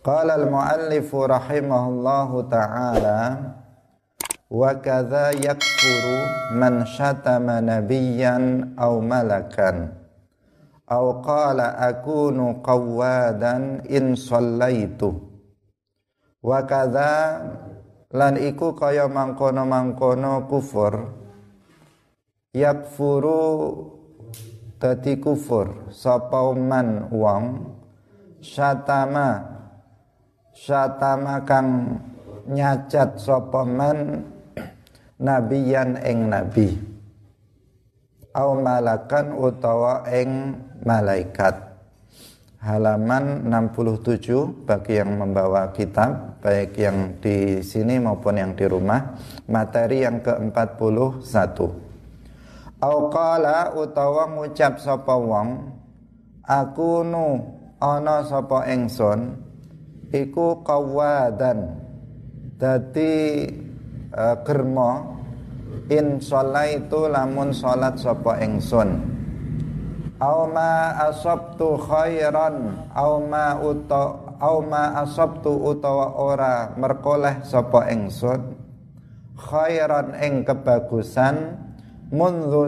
Qala al-muallifu rahimahullahu ta'ala wa kadza yakfuru man syatama nabiyyan aw malakan aw qala akunu qawwadan in shallaitu wa kadza lan iku kaya mangkono-mangkono kufur yakfuru dadi kufur sapa man wong syatama kang nyacat sapa man nabiyan ing nabi au malakan utawa ing malaikat. Halaman 67 bagi yang membawa kitab baik yang di sini maupun yang di rumah, materi yang ke-41. Au qala utawa ngucap sapa wong akunu ana sapa ingsun iku qawadan dadi germa in sholaitu lamun salat sapa ingsun au ma asabtu khairan au ma asabtu utawa ora merkoleh sapa ingsun khairan ing kebagusan mundu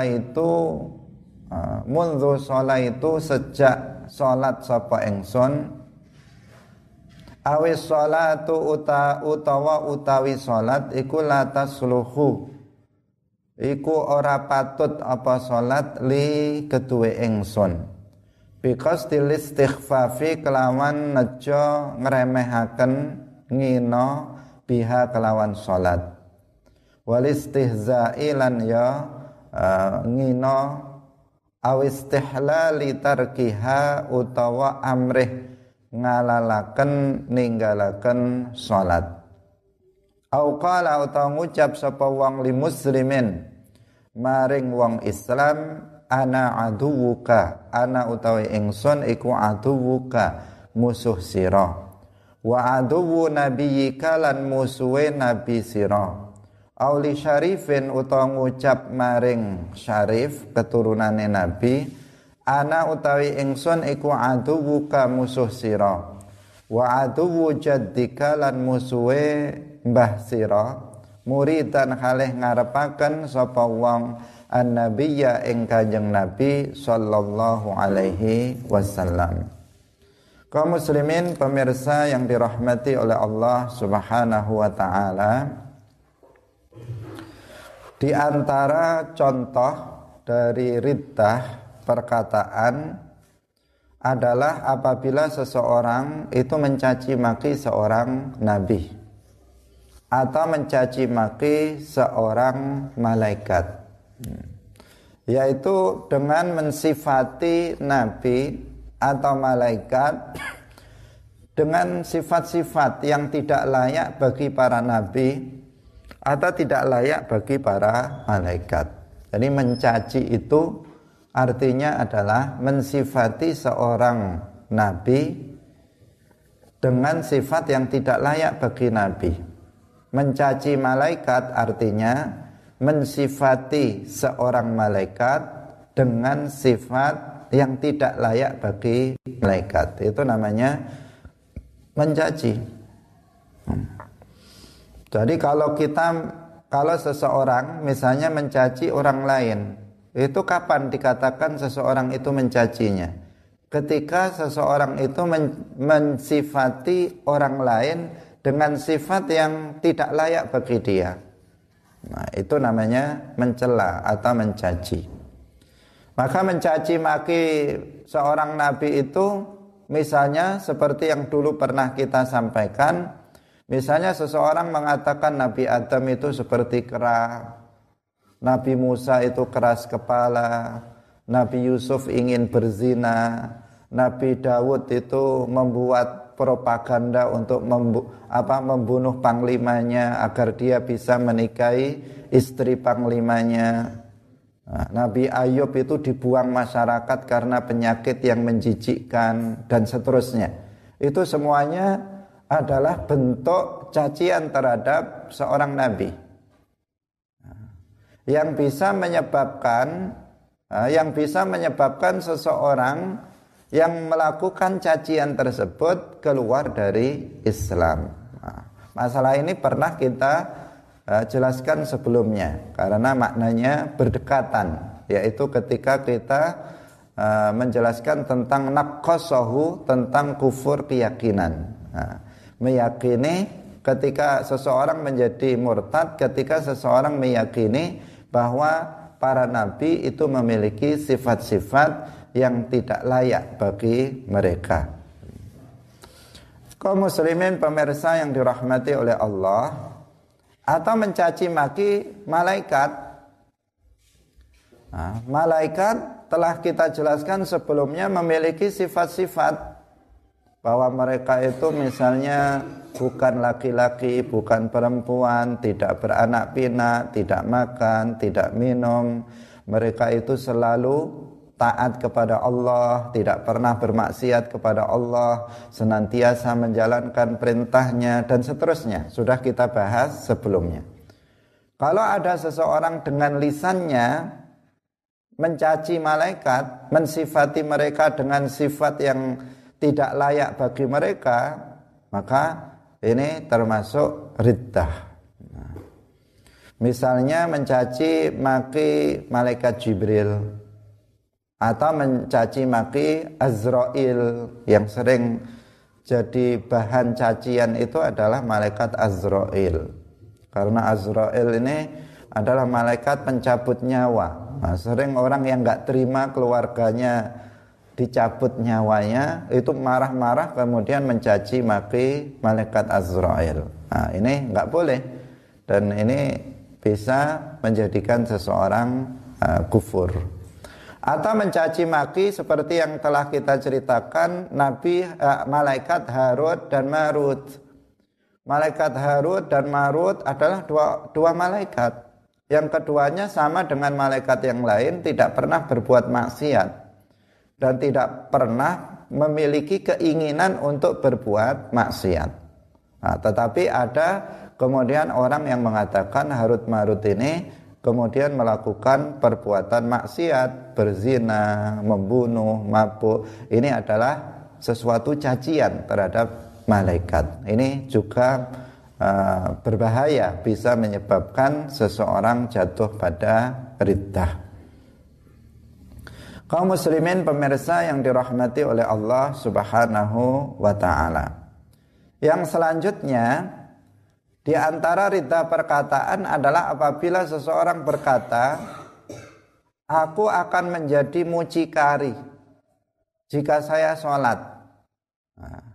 sholaitu sejak salat sapa ingsun awis sholatu utawi sholat iku latasluhu iku ora patut apa sholat li kedue ingsun because til istighfafi kelawan nejo ngremehaken ngino biha kelawan sholat wal istihza'i lan ya ngino awistihlali tarkiha utawa amrih ngalalaken ninggalaken salat. Au qala utawa ngucap sapa wong li muslimin maring wong Islam ana aduwuka ana utawi ingsun iku aduwuka musuh sira wa aduwu nabiyyika lan musuhe nabi sira. Au li syarifin utawa ngucap maring syarif keturunane nabi ana utawi ingsun iku aduwuka musuh sira wa aduwu jaddika lan musuhe mbah sira muridan halih ngarepaken sapa wong annabiyya ing Kanjeng Nabi sallallahu alaihi wasallam. Kaum muslimin pemirsa yang dirahmati oleh Allah Subhanahu wa taala, di antara contoh dari riddah perkataan adalah apabila seseorang itu mencaci maki seorang nabi atau mencaci maki seorang malaikat, yaitu dengan mensifati nabi atau malaikat dengan sifat-sifat yang tidak layak bagi para nabi atau tidak layak bagi para malaikat. Jadi mencaci itu artinya adalah mensifati seorang nabi dengan sifat yang tidak layak bagi nabi. Mencaci malaikat artinya mensifati seorang malaikat dengan sifat yang tidak layak bagi malaikat. Itu namanya mencaci. Jadi kalau seseorang misalnya mencaci orang lain, itu kapan dikatakan seseorang itu mencacinya? Ketika seseorang itu mensifati orang lain dengan sifat yang tidak layak bagi dia. Nah, itu namanya mencela atau mencaci. Maka mencaci maki seorang nabi itu misalnya seperti yang dulu pernah kita sampaikan, misalnya seseorang mengatakan Nabi Adam itu seperti kera, Nabi Musa itu keras kepala, Nabi Yusuf ingin berzina, Nabi Dawud itu membuat propaganda untuk membunuh panglimanya agar dia bisa menikahi istri panglimanya. Nah, Nabi Ayub itu dibuang masyarakat karena penyakit yang menjijikkan dan seterusnya. Itu semuanya adalah bentuk cacian terhadap seorang nabi. Yang bisa menyebabkan seseorang yang melakukan cacian tersebut keluar dari Islam. Nah, masalah ini pernah kita jelaskan sebelumnya karena maknanya berdekatan, yaitu ketika kita menjelaskan tentang naqasahu, tentang kufur keyakinan. Nah, meyakini ketika seseorang menjadi murtad, ketika seseorang meyakini bahwa para nabi itu memiliki sifat-sifat yang tidak layak bagi mereka. Kaum muslimin pemirsa yang dirahmati oleh Allah, atau mencaci maki malaikat. Nah, malaikat telah kita jelaskan sebelumnya memiliki sifat-sifat bahwa mereka itu misalnya bukan laki-laki, bukan perempuan, tidak beranak pinak, tidak makan, tidak minum. Mereka itu selalu taat kepada Allah, tidak pernah bermaksiat kepada Allah, senantiasa menjalankan perintahnya dan seterusnya. Sudah kita bahas sebelumnya. Kalau ada seseorang dengan lisannya mencaci malaikat, mensifati mereka dengan sifat yang tidak layak bagi mereka, maka ini termasuk riddah. Misalnya mencaci maki malaikat Jibril, atau mencaci maki Azrail. Yang sering jadi bahan cacian itu adalah malaikat Azrail, karena Azrail ini adalah malaikat pencabut nyawa. Nah, sering orang yang gak terima keluarganya dicabut nyawanya itu marah-marah kemudian mencaci maki malaikat Azrail. Nah, ini gak boleh, dan ini bisa menjadikan seseorang kufur. Atau mencaci maki seperti yang telah kita ceritakan malaikat Harut dan Marut. Malaikat Harut dan Marut adalah dua malaikat. Yang keduanya sama dengan malaikat yang lain, tidak pernah berbuat maksiat dan tidak pernah memiliki keinginan untuk berbuat maksiat. Nah, tetapi ada kemudian orang yang mengatakan Harut Marut ini kemudian melakukan perbuatan maksiat, berzina, membunuh, mabuk. Ini adalah sesuatu cacian terhadap malaikat. Ini juga berbahaya, bisa menyebabkan seseorang jatuh pada riddah. Kaum muslimin pemirsa yang dirahmati oleh Allah Subhanahu wa taala. Yang selanjutnya, di antara ridha perkataan adalah apabila seseorang berkata, aku akan menjadi mucikari jika saya sholat. Nah,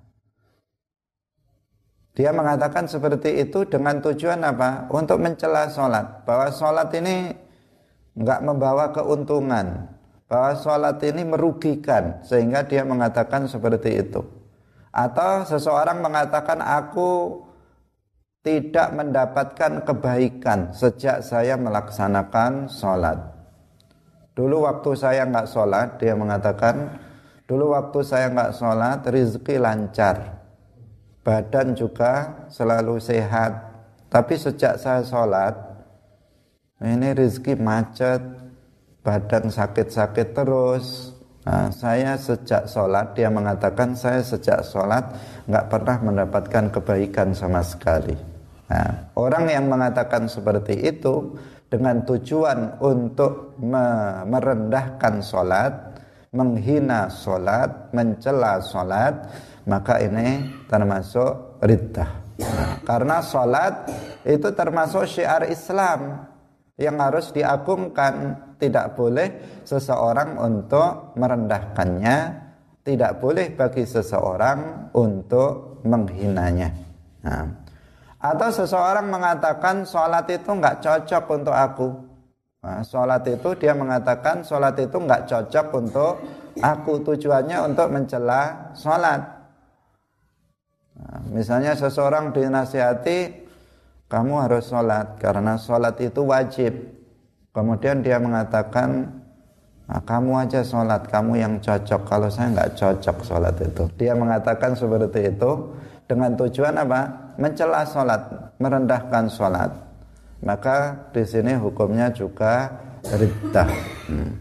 dia mengatakan seperti itu dengan tujuan apa? Untuk mencela sholat, bahwa sholat ini enggak membawa keuntungan, bahwa sholat ini merugikan, sehingga dia mengatakan seperti itu. Atau seseorang mengatakan, aku tidak mendapatkan kebaikan sejak saya melaksanakan sholat. Dulu waktu saya nggak sholat, dia mengatakan, dulu waktu saya nggak sholat, rezeki lancar, badan juga selalu sehat. Tapi sejak saya sholat, ini rezeki macet, badan sakit-sakit terus. Nah, saya sejak sholat, dia mengatakan saya sejak sholat nggak pernah mendapatkan kebaikan sama sekali. Nah, orang yang mengatakan seperti itu dengan tujuan untuk merendahkan sholat, menghina sholat, mencela sholat, maka ini termasuk riddah. Nah, karena sholat itu termasuk syiar Islam yang harus diagungkan. Tidak boleh seseorang untuk merendahkannya, tidak boleh bagi seseorang untuk menghinanya. Nah, atau seseorang mengatakan sholat itu enggak cocok untuk aku. Nah, sholat itu dia mengatakan sholat itu enggak cocok untuk aku, tujuannya untuk mencela sholat. Nah, misalnya seseorang dinasihati, kamu harus sholat karena sholat itu wajib. Kemudian dia mengatakan, nah, kamu aja sholat, kamu yang cocok, kalau saya enggak cocok sholat itu. Dia mengatakan seperti itu dengan tujuan apa? Mencela sholat, merendahkan sholat. Maka di sini hukumnya juga riddah.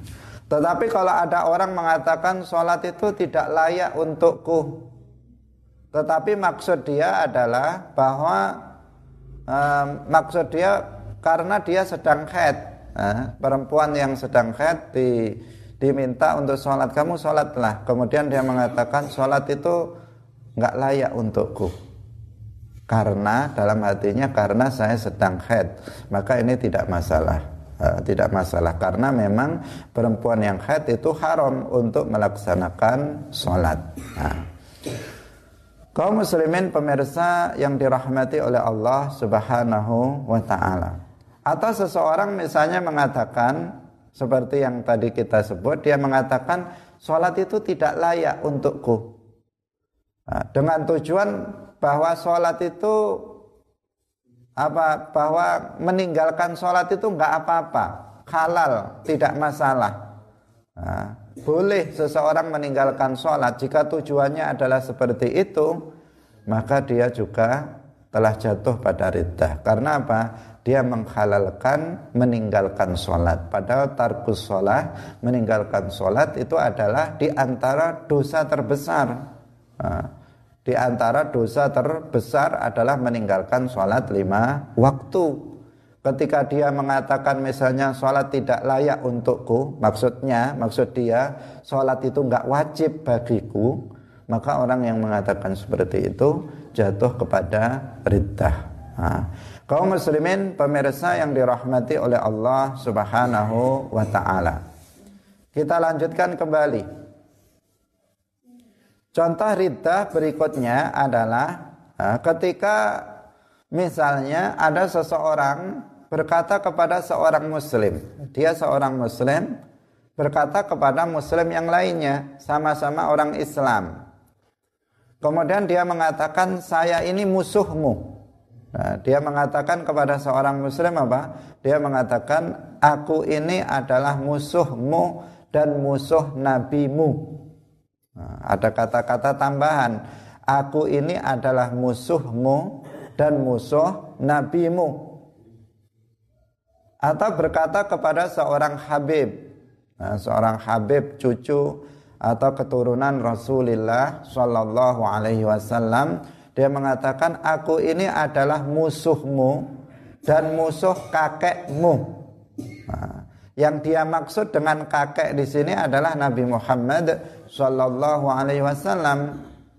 Tetapi kalau ada orang mengatakan sholat itu tidak layak untukku, tetapi maksud dia adalah bahwa maksud dia karena dia sedang haid, perempuan yang sedang haid diminta untuk sholat, kamu sholatlah. Kemudian dia mengatakan sholat itu nggak layak untukku, karena dalam hatinya karena saya sedang haid, maka ini tidak masalah. Tidak masalah karena memang perempuan yang haid itu haram untuk melaksanakan sholat. Kaum muslimin pemirsa yang dirahmati oleh Allah Subhanahu wa ta'ala. Atau seseorang misalnya mengatakan seperti yang tadi kita sebut, dia mengatakan sholat itu tidak layak untukku, dengan tujuan bahwa sholat itu bahwa meninggalkan sholat itu enggak apa-apa, halal, tidak masalah. Boleh seseorang meninggalkan sholat jika tujuannya adalah seperti itu, maka dia juga telah jatuh pada riddah. Karena apa? Dia menghalalkan meninggalkan sholat. Padahal tarkus sholat, meninggalkan sholat itu adalah di antara dosa terbesar. Di antara dosa terbesar adalah meninggalkan sholat 5 waktu. Ketika dia mengatakan misalnya sholat tidak layak untukku, maksud dia sholat itu enggak wajib bagiku, maka orang yang mengatakan seperti itu jatuh kepada riddah. Kaum muslimin pemirsa yang dirahmati oleh Allah Subhanahu wa ta'ala, kita lanjutkan kembali. Contoh riddah berikutnya adalah ketika misalnya ada seseorang berkata kepada seorang muslim, dia seorang muslim berkata kepada muslim yang lainnya, sama-sama orang Islam. Kemudian dia mengatakan saya ini musuhmu. Dia mengatakan kepada seorang muslim apa? Dia mengatakan aku ini adalah musuhmu dan musuh nabimu. Ada kata-kata tambahan, aku ini adalah musuhmu dan musuh nabimu. Atau berkata kepada seorang habib, seorang habib cucu atau keturunan Rasulullah Shallallahu Alaihi Wasallam, dia mengatakan aku ini adalah musuhmu dan musuh kakekmu. Yang dia maksud dengan kakek di sini adalah Nabi Muhammad Sallallahu Alaihi Wasallam,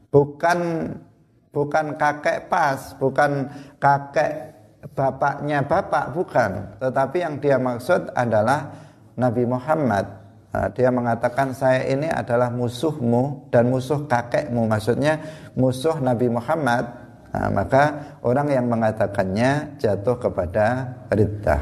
bukan kakek pas, bukan kakek bapaknya bapak, bukan. Tetapi yang dia maksud adalah Nabi Muhammad. Dia mengatakan saya ini adalah musuhmu dan musuh kakekmu, maksudnya musuh Nabi Muhammad. Maka orang yang mengatakannya jatuh kepada riddah.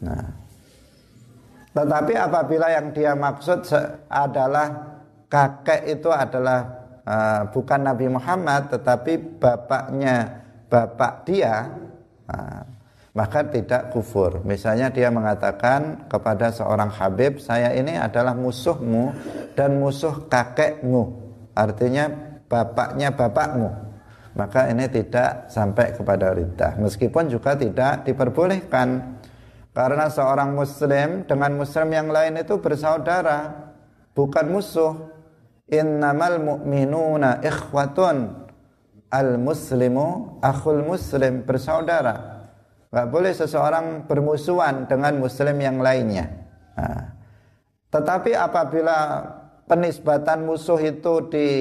Tetapi apabila yang dia maksud adalah kakek itu adalah bukan Nabi Muhammad tetapi bapaknya bapak dia, maka tidak kufur. Misalnya dia mengatakan kepada seorang habib, saya ini adalah musuhmu dan musuh kakekmu, artinya bapaknya bapakmu, maka ini tidak sampai kepada riddah. Meskipun juga tidak diperbolehkan, karena seorang muslim dengan muslim yang lain itu bersaudara, bukan musuh. Innamal mu'minuna ikhwatun, al muslimu akhul muslim, bersaudara. Gak boleh seseorang bermusuhan dengan muslim yang lainnya. Tetapi apabila penisbatan musuh itu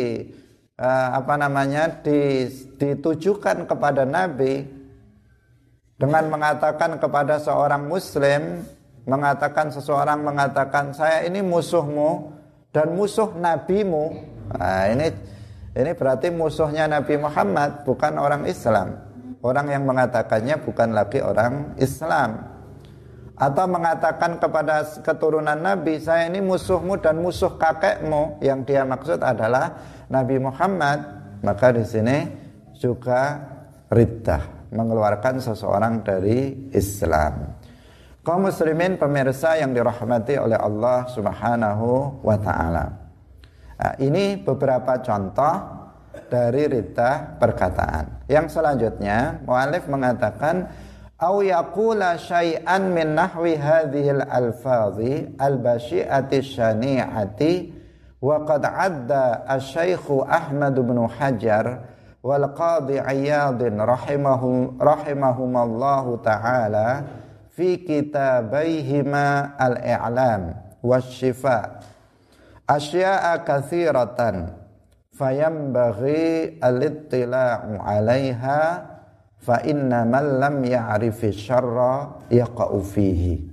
ditujukan kepada Nabi, dengan mengatakan kepada seorang muslim, seseorang mengatakan saya ini musuhmu dan musuh nabimu, ini berarti musuhnya Nabi Muhammad, bukan orang Islam. Orang yang mengatakannya bukan lagi orang Islam. Atau mengatakan kepada keturunan Nabi, saya ini musuhmu dan musuh kakekmu, yang dia maksud adalah Nabi Muhammad, maka di sini juga riddah, mengeluarkan seseorang dari Islam. Kaum muslimin pemirsa yang dirahmati oleh Allah Subhanahu wa ta'ala, ini beberapa contoh dari riddah perkataan. Yang selanjutnya mu'alif mengatakan au yaqula syai'an min nahwi hadhil alfadhi al-basyi'ati syani'ati wa qad adda asy-syaikh Ahmad bin Hajar wal qadhi Iyad rahimahumallahu ta'ala fi kitabaihima al-i'lam wasy-syifa asya'a katsiratan fayambaghi al-ittila'u 'alaiha fa inna man lam ya'rifi syarra yaqa'u fihi.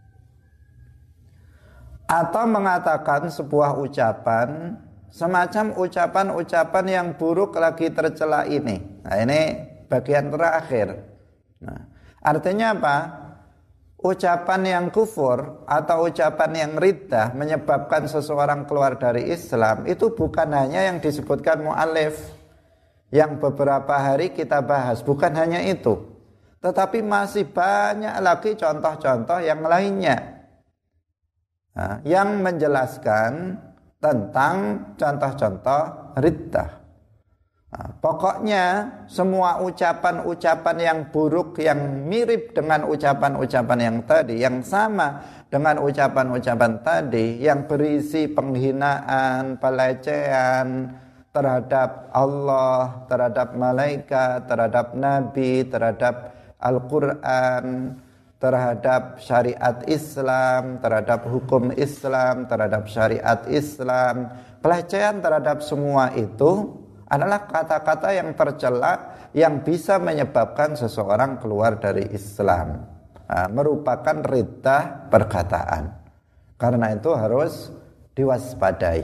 Atau mengatakan sebuah ucapan semacam ucapan-ucapan yang buruk lagi tercela ini. Nah, ini bagian terakhir. Nah, artinya apa? Ucapan yang kufur atau ucapan yang riddah menyebabkan seseorang keluar dari Islam itu bukan hanya yang disebutkan mu'allif yang beberapa hari kita bahas, bukan hanya itu, tetapi masih banyak lagi contoh-contoh yang lainnya, yang menjelaskan tentang contoh-contoh riddah. Pokoknya semua ucapan-ucapan yang buruk yang mirip dengan ucapan-ucapan yang tadi, yang sama dengan ucapan-ucapan tadi, yang berisi penghinaan, pelecehan terhadap Allah, terhadap malaikat, terhadap nabi, terhadap Al-Quran, terhadap syariat Islam, terhadap hukum Islam, terhadap syariat Islam. Pelecehan terhadap semua itu adalah kata-kata yang tercela yang bisa menyebabkan seseorang keluar dari Islam, merupakan riddah perkataan. Karena itu harus diwaspadai.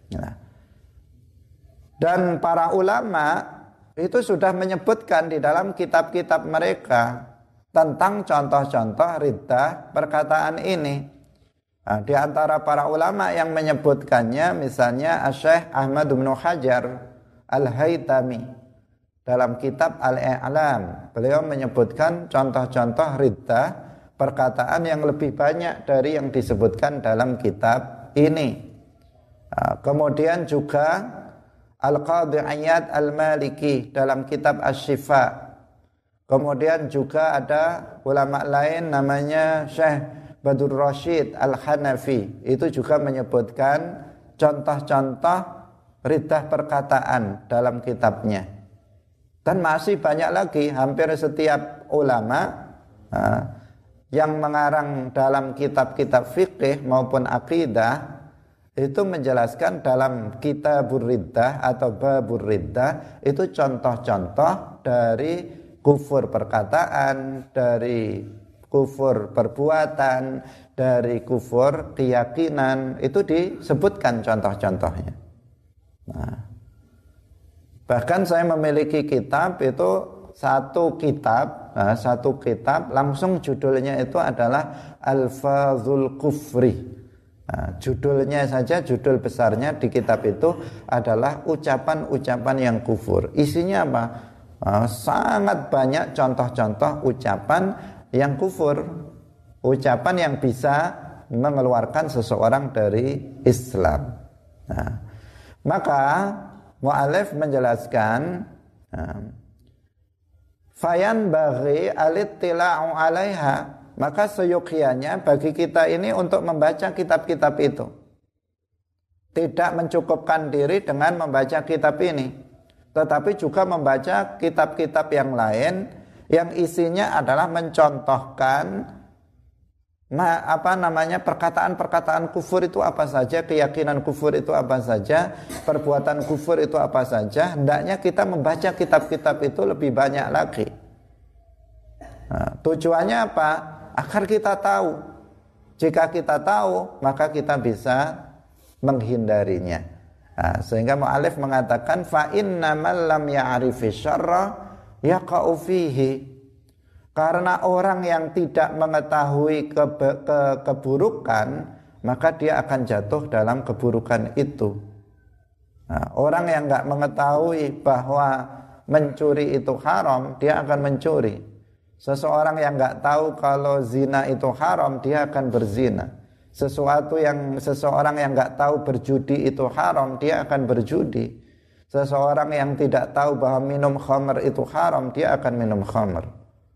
Dan para ulama itu sudah menyebutkan di dalam kitab-kitab mereka tentang contoh-contoh riddah perkataan ini. Di antara para ulama yang menyebutkannya misalnya Syekh Ahmad bin Hajar Al-Haytami dalam kitab Al-I'lam. Beliau menyebutkan contoh-contoh riddah perkataan yang lebih banyak dari yang disebutkan dalam kitab ini. Kemudian juga Al-Qadhi Iyad Al-Maliki dalam kitab Asy-Syifa. Kemudian juga ada ulama lain namanya Syekh Badur Rasyid Al-Hanafi. Itu juga menyebutkan contoh-contoh riddah perkataan dalam kitabnya. Dan masih banyak lagi, hampir setiap ulama yang mengarang dalam kitab-kitab fikih maupun akidah itu menjelaskan dalam kitabur riddah atau babur riddah itu contoh-contoh dari kufur perkataan, dari kufur perbuatan, dari kufur keyakinan, itu disebutkan contoh-contohnya. Nah, bahkan saya memiliki kitab itu satu kitab langsung judulnya itu adalah Alfazul Kufri. Nah, judulnya saja, judul besarnya di kitab itu adalah ucapan-ucapan yang kufur. Isinya apa? Sangat banyak contoh-contoh ucapan yang kufur, ucapan yang bisa mengeluarkan seseorang dari Islam. Nah, maka mu'alif menjelaskan fayan baghi alittila'u 'alaiha, maka seyogyanya bagi kita ini untuk membaca kitab-kitab itu. Tidak mencukupkan diri dengan membaca kitab ini, tetapi juga membaca kitab-kitab yang lain yang isinya adalah mencontohkan perkataan-perkataan kufur itu apa saja, keyakinan kufur itu apa saja, perbuatan kufur itu apa saja. Hendaknya kita membaca kitab-kitab itu lebih banyak lagi. Nah, tujuannya apa? Agar kita tahu. Jika kita tahu, maka kita bisa menghindarinya. Nah, sehingga mu'alif mengatakan fa inna man lam ya'rifi syarra yaqa'u fihi. Karena orang yang tidak mengetahui keburukan, maka dia akan jatuh dalam keburukan itu. Nah, orang yang enggak mengetahui bahwa mencuri itu haram, dia akan mencuri. Seseorang yang enggak tahu kalau zina itu haram, dia akan berzina. Seseorang yang enggak tahu berjudi itu haram, dia akan berjudi. Seseorang yang tidak tahu bahwa minum khamr itu haram, dia akan minum khamr.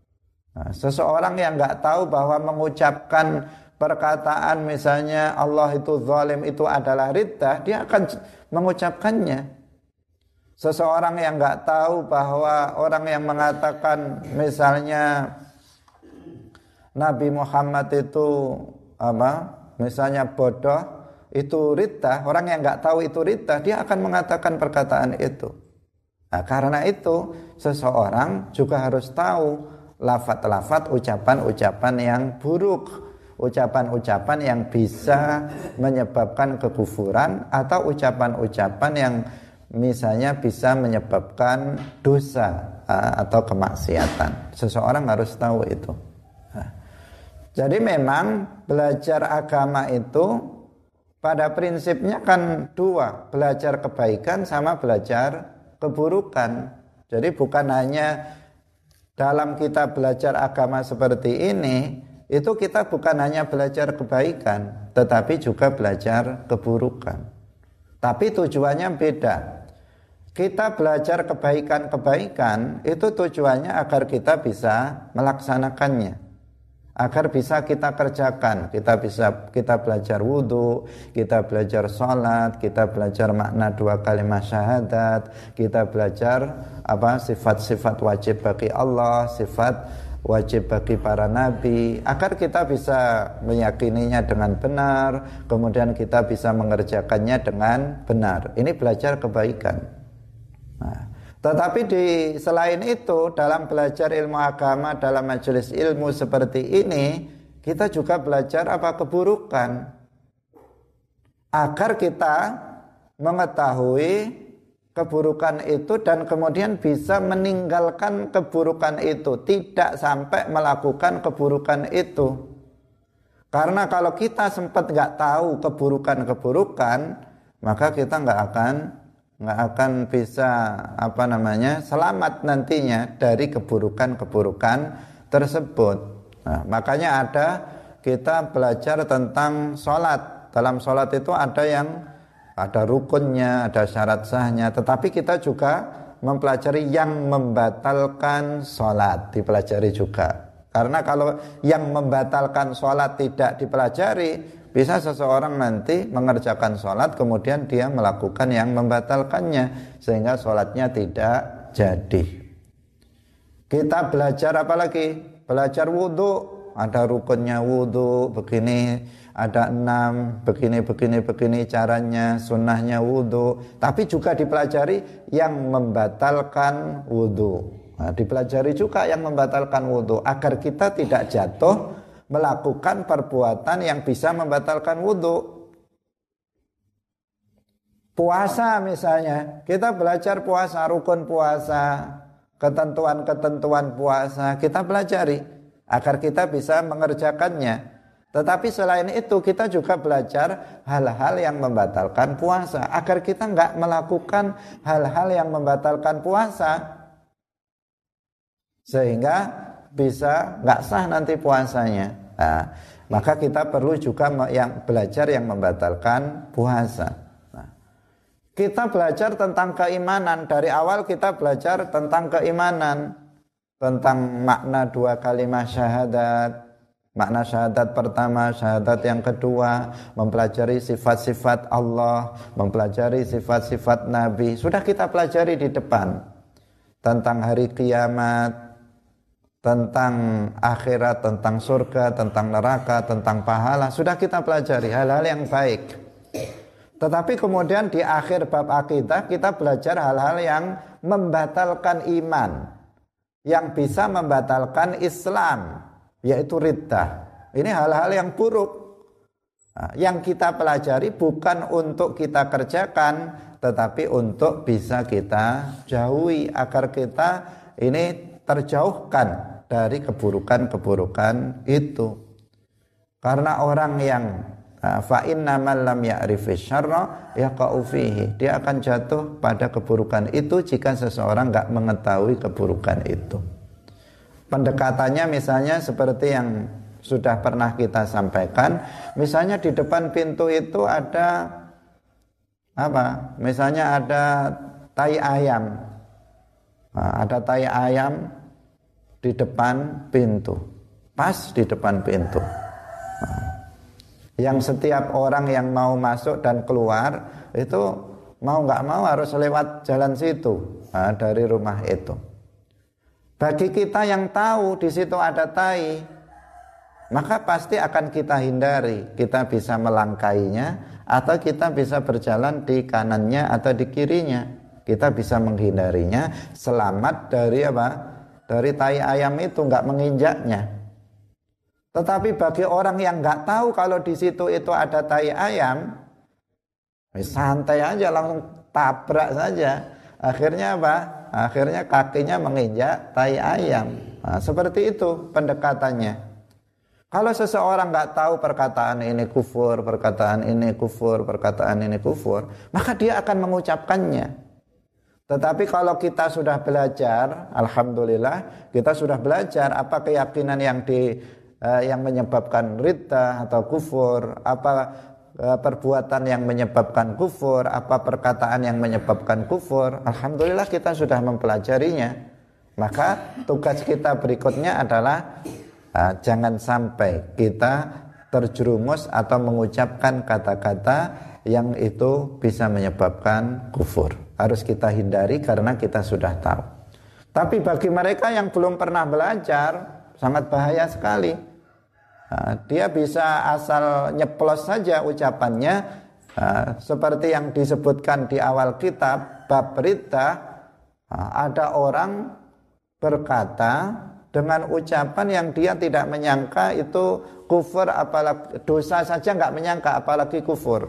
Nah, seseorang yang nggak tahu bahwa mengucapkan perkataan misalnya Allah itu zalim itu adalah riddah, dia akan mengucapkannya. Seseorang yang nggak tahu bahwa orang yang mengatakan misalnya Nabi Muhammad itu misalnya bodoh, itu riddah, orang yang nggak tahu itu riddah, dia akan mengatakan perkataan itu. Nah, karena itu seseorang juga harus tahu lafaz-lafaz, ucapan-ucapan yang buruk, ucapan-ucapan yang bisa menyebabkan kekufuran, atau ucapan-ucapan yang misalnya bisa menyebabkan dosa atau kemaksiatan. Seseorang harus tahu itu. Jadi memang belajar agama itu pada prinsipnya kan dua, belajar kebaikan sama belajar keburukan. Jadi bukan hanya dalam kita belajar agama seperti ini, itu kita bukan hanya belajar kebaikan, tetapi juga belajar keburukan. Tapi tujuannya beda. Kita belajar kebaikan-kebaikan, itu tujuannya agar kita bisa melaksanakannya, agar bisa kita kerjakan. Kita belajar wudhu, kita belajar sholat, kita belajar makna 2 kalimat syahadat, kita belajar sifat-sifat wajib bagi Allah, sifat wajib bagi para nabi, agar kita bisa meyakininya dengan benar, kemudian kita bisa mengerjakannya dengan benar. Ini belajar kebaikan. Nah, tetapi selain itu, dalam belajar ilmu agama, dalam majelis ilmu seperti ini, kita juga belajar keburukan, agar kita mengetahui keburukan itu dan kemudian bisa meninggalkan keburukan itu, tidak sampai melakukan keburukan itu. Karena kalau kita sempat nggak tahu keburukan-keburukan, maka kita nggak akan bisa selamat nantinya dari keburukan-keburukan tersebut. Nah, makanya kita belajar tentang sholat. Dalam sholat itu ada rukunnya, ada syarat sahnya, tetapi kita juga mempelajari yang membatalkan sholat, dipelajari juga. Karena kalau yang membatalkan sholat tidak dipelajari, bisa seseorang nanti mengerjakan sholat, kemudian dia melakukan yang membatalkannya, sehingga sholatnya tidak jadi. Kita belajar apa lagi? Belajar wudhu, ada rukunnya wudhu, begini, ada 6, begini caranya, sunnahnya wudhu. Tapi juga dipelajari yang membatalkan wudhu. Nah, dipelajari juga yang membatalkan wudhu, agar kita tidak jatuh melakukan perbuatan yang bisa membatalkan wudhu. Puasa misalnya, kita belajar puasa, rukun puasa, ketentuan-ketentuan puasa, kita pelajari agar kita bisa mengerjakannya. Tetapi selain itu kita juga belajar hal-hal yang membatalkan puasa, agar kita nggak melakukan hal-hal yang membatalkan puasa, sehingga bisa nggak sah nanti puasanya. Nah, maka kita perlu juga belajar yang membatalkan puasa. Nah, kita belajar tentang keimanan. Dari awal kita belajar tentang keimanan, tentang makna 2 kalimat syahadat, makna syahadat pertama, syahadat yang kedua, mempelajari sifat-sifat Allah, mempelajari sifat-sifat Nabi. Sudah kita pelajari di depan, tentang hari kiamat, tentang akhirat, tentang surga, tentang neraka, tentang pahala. Sudah kita pelajari hal-hal yang baik. Tetapi kemudian di akhir bab akidah kita belajar hal-hal yang membatalkan iman, yang bisa membatalkan Islam, yaitu riddah. Ini hal-hal yang buruk. Nah, yang kita pelajari bukan untuk kita kerjakan, tetapi untuk bisa kita jauhi, agar kita ini terjauhkan dari keburukan-keburukan itu. Karena orang yang fa inna man lam ya'rifi syarra yaqa'u fihi, dia akan jatuh pada keburukan itu jika seseorang enggak mengetahui keburukan itu. Pendekatannya misalnya seperti yang sudah pernah kita sampaikan, misalnya di depan pintu itu ada misalnya ada tai ayam. Nah, ada tai ayam di depan pintu, pas di depan pintu. Yang setiap orang yang mau masuk dan keluar itu mau nggak mau harus lewat jalan situ, dari rumah itu. Bagi kita yang tahu di situ ada tai, maka pasti akan kita hindari. Kita bisa melangkainya atau kita bisa berjalan di kanannya atau di kirinya. Kita bisa menghindarinya, selamat dari apa? Dari tai ayam itu, nggak menginjaknya. Tetapi bagi orang yang nggak tahu kalau di situ itu ada tai ayam, santai aja, langsung tabrak saja. Akhirnya apa? Akhirnya kakinya menginjak tai ayam. Nah, seperti itu pendekatannya. Kalau seseorang nggak tahu perkataan ini kufur, perkataan ini kufur, perkataan ini kufur, maka dia akan mengucapkannya. Tetapi kalau kita sudah belajar, alhamdulillah, kita sudah belajar apa keyakinan yang menyebabkan riddah atau kufur, apa perbuatan yang menyebabkan kufur, apa perkataan yang menyebabkan kufur. Alhamdulillah kita sudah mempelajarinya. Maka tugas kita berikutnya adalah jangan sampai kita terjerumus atau mengucapkan kata-kata yang itu bisa menyebabkan kufur. Harus kita hindari karena kita sudah tahu. Tapi bagi mereka yang belum pernah belajar, sangat bahaya sekali. Dia bisa asal nyeplos saja ucapannya, seperti yang disebutkan di awal kitab bab riddah. Ada orang berkata dengan ucapan yang dia tidak menyangka itu kufur, apalagi dosa saja nggak menyangka, apalagi kufur.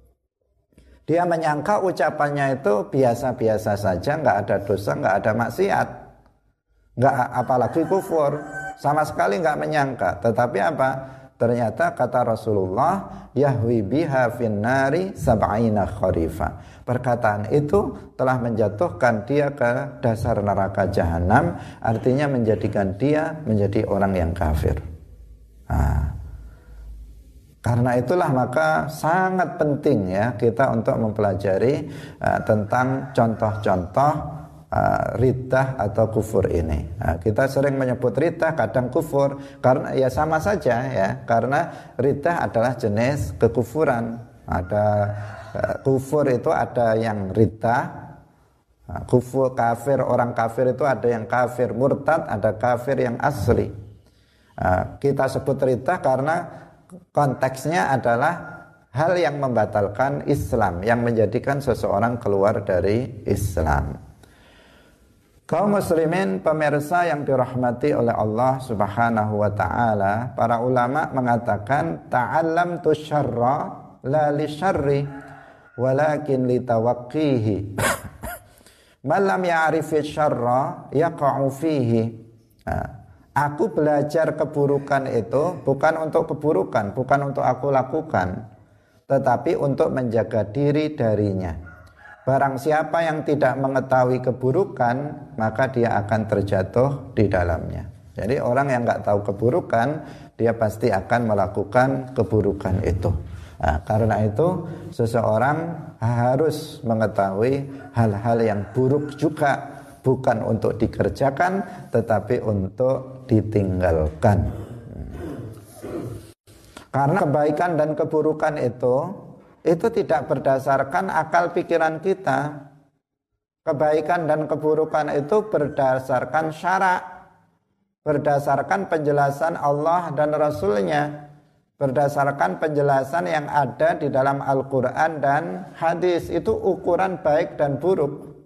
Dia menyangka ucapannya itu biasa-biasa saja, nggak ada dosa, nggak ada maksiat, nggak apalagi kufur. Sama sekali nggak menyangka. Tetapi apa? Ternyata kata Rasulullah, yahwi biha finnari sab'ina kharifa. Perkataan itu telah menjatuhkan dia ke dasar neraka jahanam, artinya menjadikan dia menjadi orang yang kafir. Karena itulah maka sangat penting ya kita untuk mempelajari tentang contoh-contoh riddah atau kufur ini. Kita sering menyebut riddah, kadang kufur, karena ya sama saja ya, karena riddah adalah jenis kekufuran. Ada kufur itu ada yang riddah, kufur kafir, orang kafir itu ada yang kafir murtad, ada kafir yang asli. Kita sebut riddah karena konteksnya adalah hal yang membatalkan Islam, yang menjadikan seseorang keluar dari Islam. Kaum muslimin pemirsa yang dirahmati oleh Allah Subhanahu wa taala, para ulama mengatakan ta'allamtu syarra la li syarri walakin li tawaqqihi. Man lam ya'rifi syarra yaqa'u fihi. Aku belajar keburukan itu bukan untuk keburukan, bukan untuk aku lakukan, tetapi untuk menjaga diri darinya. Barang siapa yang tidak mengetahui keburukan, maka dia akan terjatuh di dalamnya. Jadi orang yang nggak tahu keburukan, dia pasti akan melakukan keburukan itu. Karena itu seseorang harus mengetahui hal-hal yang buruk juga, bukan untuk dikerjakan, tetapi untuk ditinggalkan. Karena kebaikan dan keburukan itu tidak berdasarkan akal pikiran kita. Kebaikan dan keburukan itu berdasarkan syara', berdasarkan penjelasan Allah dan Rasul-Nya, berdasarkan penjelasan yang ada di dalam Al-Quran dan hadis. Itu ukuran baik dan buruk.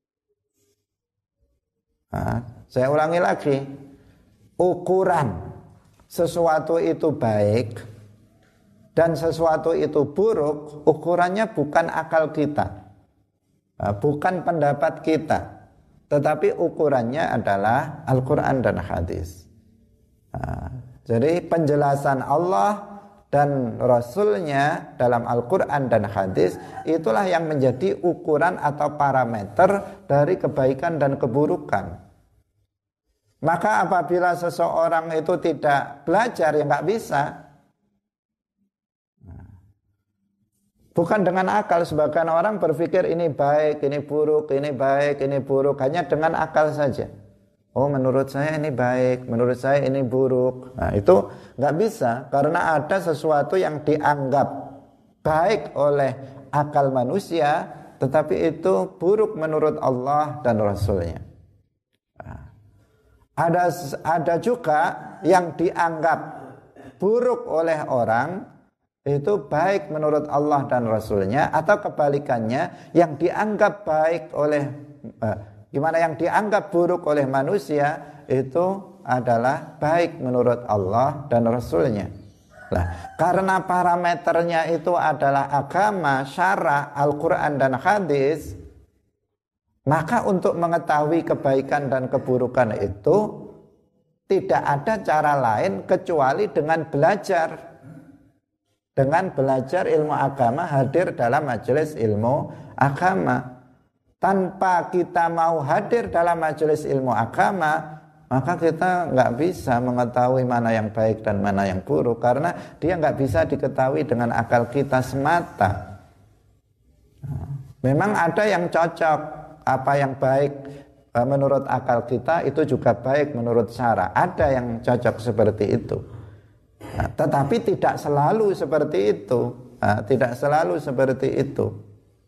Saya ulangi lagi, ukuran sesuatu itu baik dan sesuatu itu buruk, ukurannya bukan akal kita, bukan pendapat kita, tetapi ukurannya adalah Al-Quran dan hadis. Jadi penjelasan Allah dan Rasul-Nya dalam Al-Quran dan hadis, itulah yang menjadi ukuran atau parameter dari kebaikan dan keburukan. Maka apabila seseorang itu tidak belajar, ya nggak bisa. Bukan dengan akal. Sebagian orang berpikir ini baik, ini buruk, ini baik, ini buruk, hanya dengan akal saja. Oh, menurut saya ini baik, menurut saya ini buruk. Nah, itu nggak bisa karena ada sesuatu yang dianggap baik oleh akal manusia, tetapi itu buruk menurut Allah dan Rasulnya. Nah, ada juga yang dianggap buruk oleh orang, itu baik menurut Allah dan Rasulnya, atau kebalikannya yang dianggap baik oleh yang dianggap buruk oleh manusia itu adalah baik menurut Allah dan Rasulnya. Nah, karena parameternya itu adalah agama, syara, Al-Quran dan hadis, maka untuk mengetahui kebaikan dan keburukan itu tidak ada cara lain kecuali dengan belajar. Dengan belajar ilmu agama, hadir dalam majelis ilmu agama. Tanpa kita mau hadir dalam majelis ilmu agama, maka kita nggak bisa mengetahui mana yang baik dan mana yang buruk, karena dia nggak bisa diketahui dengan akal kita semata. Memang ada yang cocok, apa yang baik menurut akal kita itu juga baik menurut syara. Ada yang cocok seperti itu. Tetapi tidak selalu seperti itu. Tidak selalu seperti itu.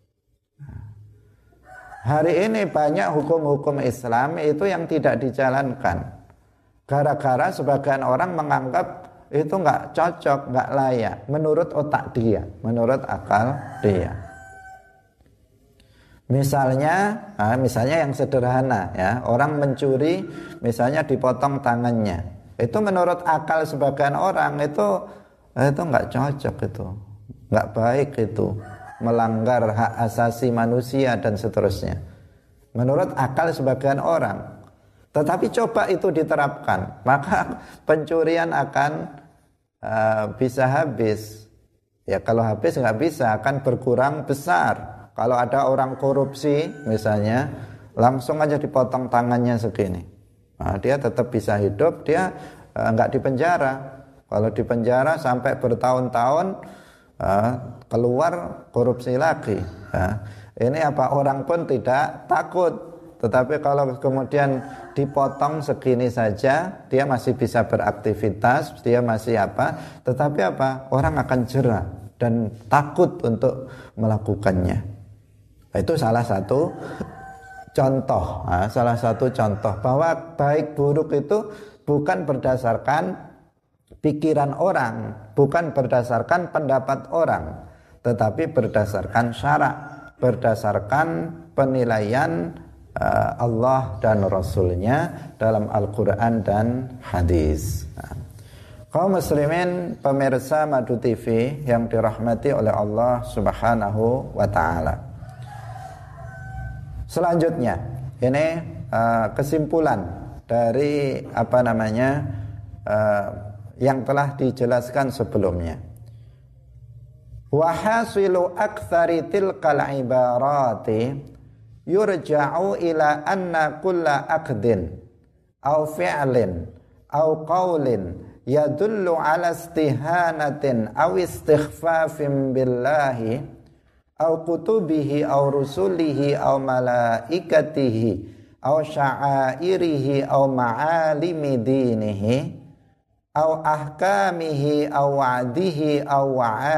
Hari ini banyak hukum-hukum Islam itu yang tidak dijalankan. Gara-gara sebagian orang menganggap itu nggak cocok, nggak layak menurut otak dia, menurut akal dia. Misalnya yang sederhana ya, orang mencuri, misalnya dipotong tangannya. Itu menurut akal sebagian orang itu nggak cocok, itu nggak baik, itu melanggar hak asasi manusia dan seterusnya. Menurut akal sebagian orang. Tetapi coba itu diterapkan, maka pencurian akan bisa habis. Ya kalau habis nggak bisa, akan berkurang besar. Kalau ada orang korupsi misalnya, langsung aja dipotong tangannya segini. Nah, dia tetap bisa hidup, dia nggak dipenjara. Kalau dipenjara sampai bertahun-tahun, keluar korupsi lagi. Ini apa, orang pun tidak takut. Tetapi kalau kemudian dipotong segini saja, dia masih bisa beraktivitas, dia masih apa, tetapi apa, orang akan jera dan takut untuk melakukannya. Itu salah satu contoh, bahwa baik buruk itu bukan berdasarkan pikiran orang, bukan berdasarkan pendapat orang, tetapi berdasarkan syara, berdasarkan penilaian Allah dan Rasulnya dalam Al-Quran dan hadis. Kaum muslimin pemirsa Madu TV yang dirahmati oleh Allah Subhanahu wa ta'ala. Selanjutnya, ini kesimpulan dari yang telah dijelaskan sebelumnya. Wa hasilu aktsari tilkal ibarati yurja'u ila anna kulla aqdin aw fi'lin aw qawlin yadullu ala istihanatin aw istighfafin billahi aw kutubihi aw rusulihi aw malaikatihi aw sya'airihi aw ma'alimi dinihi aw ahkamihi aw wa'dihi aw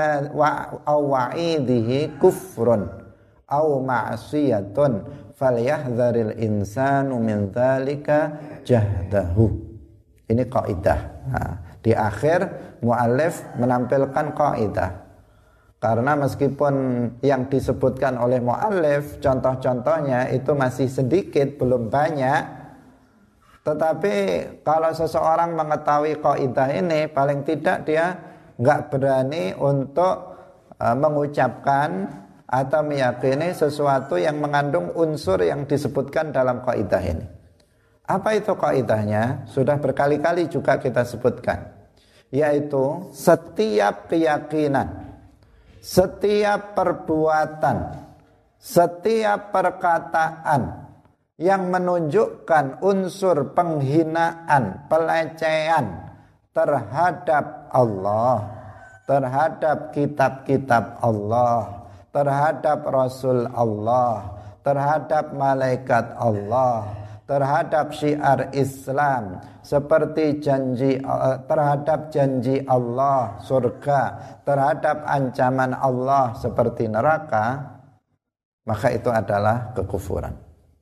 wa'idihi kufrun aw ma'siyatun falyahdharil insanu min dzalika jahdahu. Ini kaidah. Di akhir muallif menampilkan kaidah. Karena meskipun yang disebutkan oleh muallif contoh-contohnya itu masih sedikit, belum banyak, tetapi kalau seseorang mengetahui kaidah ini, paling tidak dia enggak berani untuk mengucapkan atau meyakini sesuatu yang mengandung unsur yang disebutkan dalam kaidah ini. Apa itu kaidahnya? Sudah berkali-kali juga kita sebutkan, yaitu setiap keyakinan, setiap perbuatan, setiap perkataan yang menunjukkan unsur penghinaan, pelecehan terhadap Allah, terhadap kitab-kitab Allah, terhadap Rasul Allah, terhadap malaikat Allah, terhadap syiar Islam, seperti janji terhadap janji Allah surga, terhadap ancaman Allah seperti neraka, maka itu adalah kekufuran.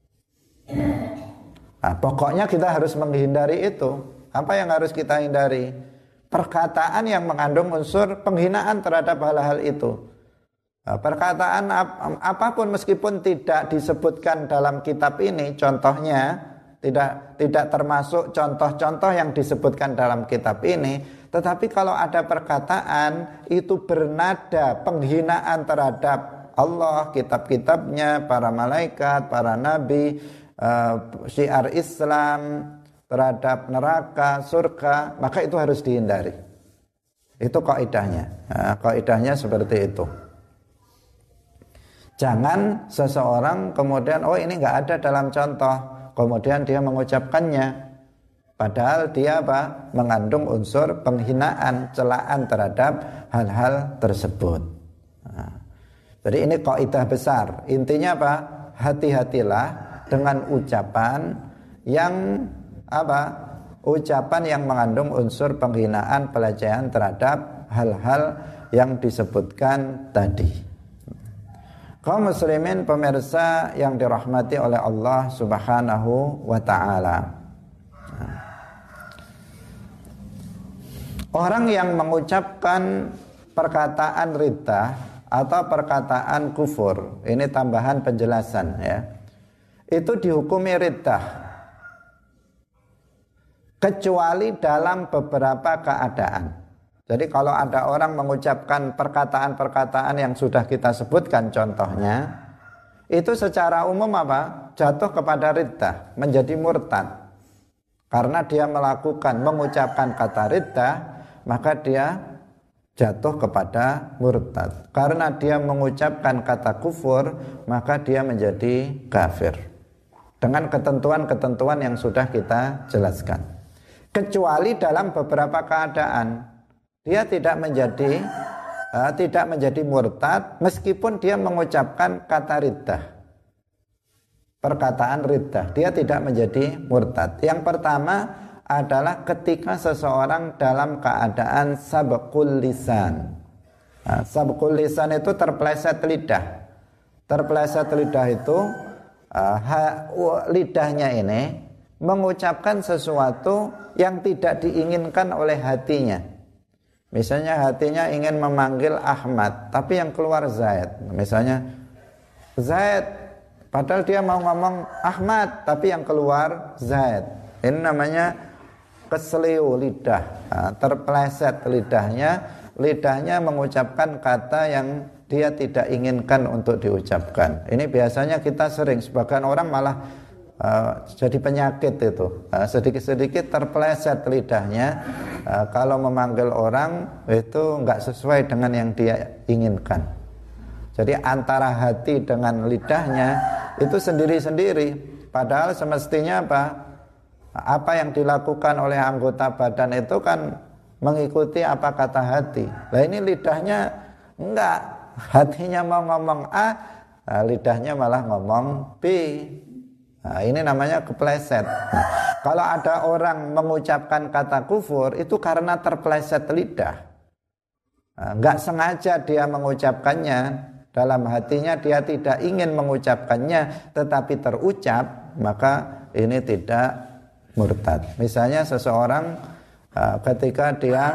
Nah, pokoknya kita harus menghindari itu. Apa yang harus kita hindari? Perkataan yang mengandung unsur penghinaan terhadap hal-hal itu. Perkataan apapun meskipun tidak disebutkan dalam kitab ini, contohnya tidak termasuk contoh-contoh yang disebutkan dalam kitab ini, tetapi kalau ada perkataan itu bernada penghinaan terhadap Allah, kitab-kitabnya, para malaikat, para nabi, syiar Islam, terhadap neraka, surga, maka itu harus dihindari. Itu kaidahnya. Kaidahnya seperti itu. Jangan seseorang kemudian ini enggak ada dalam contoh, kemudian dia mengucapkannya, padahal dia mengandung unsur penghinaan, celaan terhadap hal-hal tersebut. Jadi ini kaidah besar. Intinya hati-hatilah dengan ucapan yang ucapan yang mengandung unsur penghinaan, pelecehan terhadap hal-hal yang disebutkan tadi. Kaum muslimin pemirsa yang dirahmati oleh Allah Subhanahu wa taala. Orang yang mengucapkan perkataan riddah atau perkataan kufur, ini tambahan penjelasan ya. Itu dihukumi riddah kecuali dalam beberapa keadaan. Jadi kalau ada orang mengucapkan perkataan-perkataan yang sudah kita sebutkan contohnya, itu secara umum jatuh kepada riddah, menjadi murtad. Karena dia mengucapkan kata riddah, maka dia jatuh kepada murtad. Karena dia mengucapkan kata kufur, maka dia menjadi kafir. Dengan ketentuan-ketentuan yang sudah kita jelaskan. Kecuali dalam beberapa keadaan. Dia tidak menjadi murtad meskipun dia mengucapkan kata riddah. Perkataan riddah, dia tidak menjadi murtad. Yang pertama adalah ketika seseorang dalam keadaan sabqul lisan. Sabqul lisan itu terpeleset lidah. Terpeleset lidah itu lidahnya ini mengucapkan sesuatu yang tidak diinginkan oleh hatinya. Misalnya hatinya ingin memanggil Ahmad, tapi yang keluar Zaid. Misalnya Zaid, padahal dia mau ngomong Ahmad, tapi yang keluar Zaid. Ini namanya keseliu lidah, terpeleset lidahnya mengucapkan kata yang dia tidak inginkan untuk diucapkan. Ini biasanya kita sering, sebagian orang malah jadi penyakit itu, sedikit-sedikit terpeleset lidahnya. Kalau memanggil orang itu enggak sesuai dengan yang dia inginkan. Jadi antara hati dengan lidahnya itu sendiri-sendiri. Padahal semestinya apa yang dilakukan oleh anggota badan itu kan mengikuti apa kata hati. Nah ini lidahnya enggak, hatinya mau ngomong A, lidahnya malah ngomong B. Nah, ini namanya kepleset. Nah, kalau ada orang mengucapkan kata kufur itu karena terpeleset lidah. Enggak sengaja dia mengucapkannya, dalam hatinya dia tidak ingin mengucapkannya, tetapi terucap, maka ini tidak murtad. Misalnya seseorang ketika dia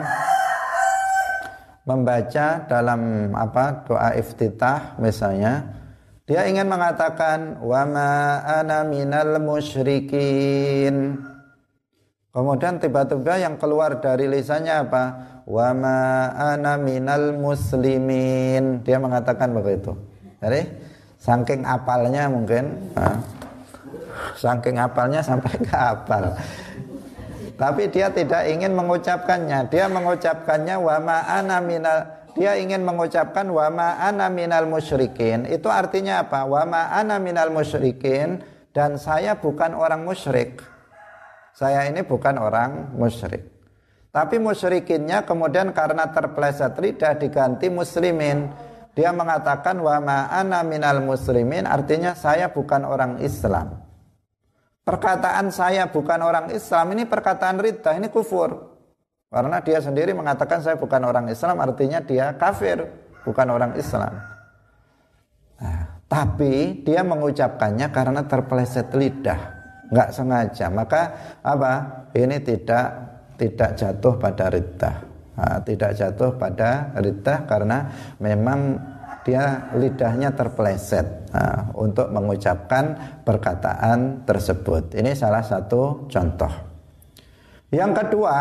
membaca dalam doa iftitah misalnya, dia ingin mengatakan wa ma ana minal musyrikin. Kemudian tiba-tiba yang keluar dari lisannya wa ma ana minal muslimin. Dia mengatakan begitu. Jadi saking apalnya mungkin, saking apalnya sampai ke apal. Tapi dia tidak ingin mengucapkannya. Dia mengucapkannya wa ma ana minal, dia ingin mengucapkan wa ma ana minal musyrikin. Itu artinya apa? Wa ma ana minal musyrikin, dan saya bukan orang musyrik. Saya ini bukan orang musyrik. Tapi musyrikinnya kemudian karena terpeleset lidah diganti muslimin. Dia mengatakan wa ma ana minal muslimin, artinya saya bukan orang Islam. perkataan saya bukan orang Islam, ini perkataan riddah, ini kufur. Karena dia sendiri mengatakan saya bukan orang Islam, artinya dia kafir, bukan orang Islam. Nah, tapi dia mengucapkannya karena terpeleset lidah, nggak sengaja. Maka apa? Ini tidak jatuh pada riddah. Nah, tidak jatuh pada riddah karena memang dia lidahnya terpeleset untuk mengucapkan perkataan tersebut. Ini salah satu contoh. Yang kedua,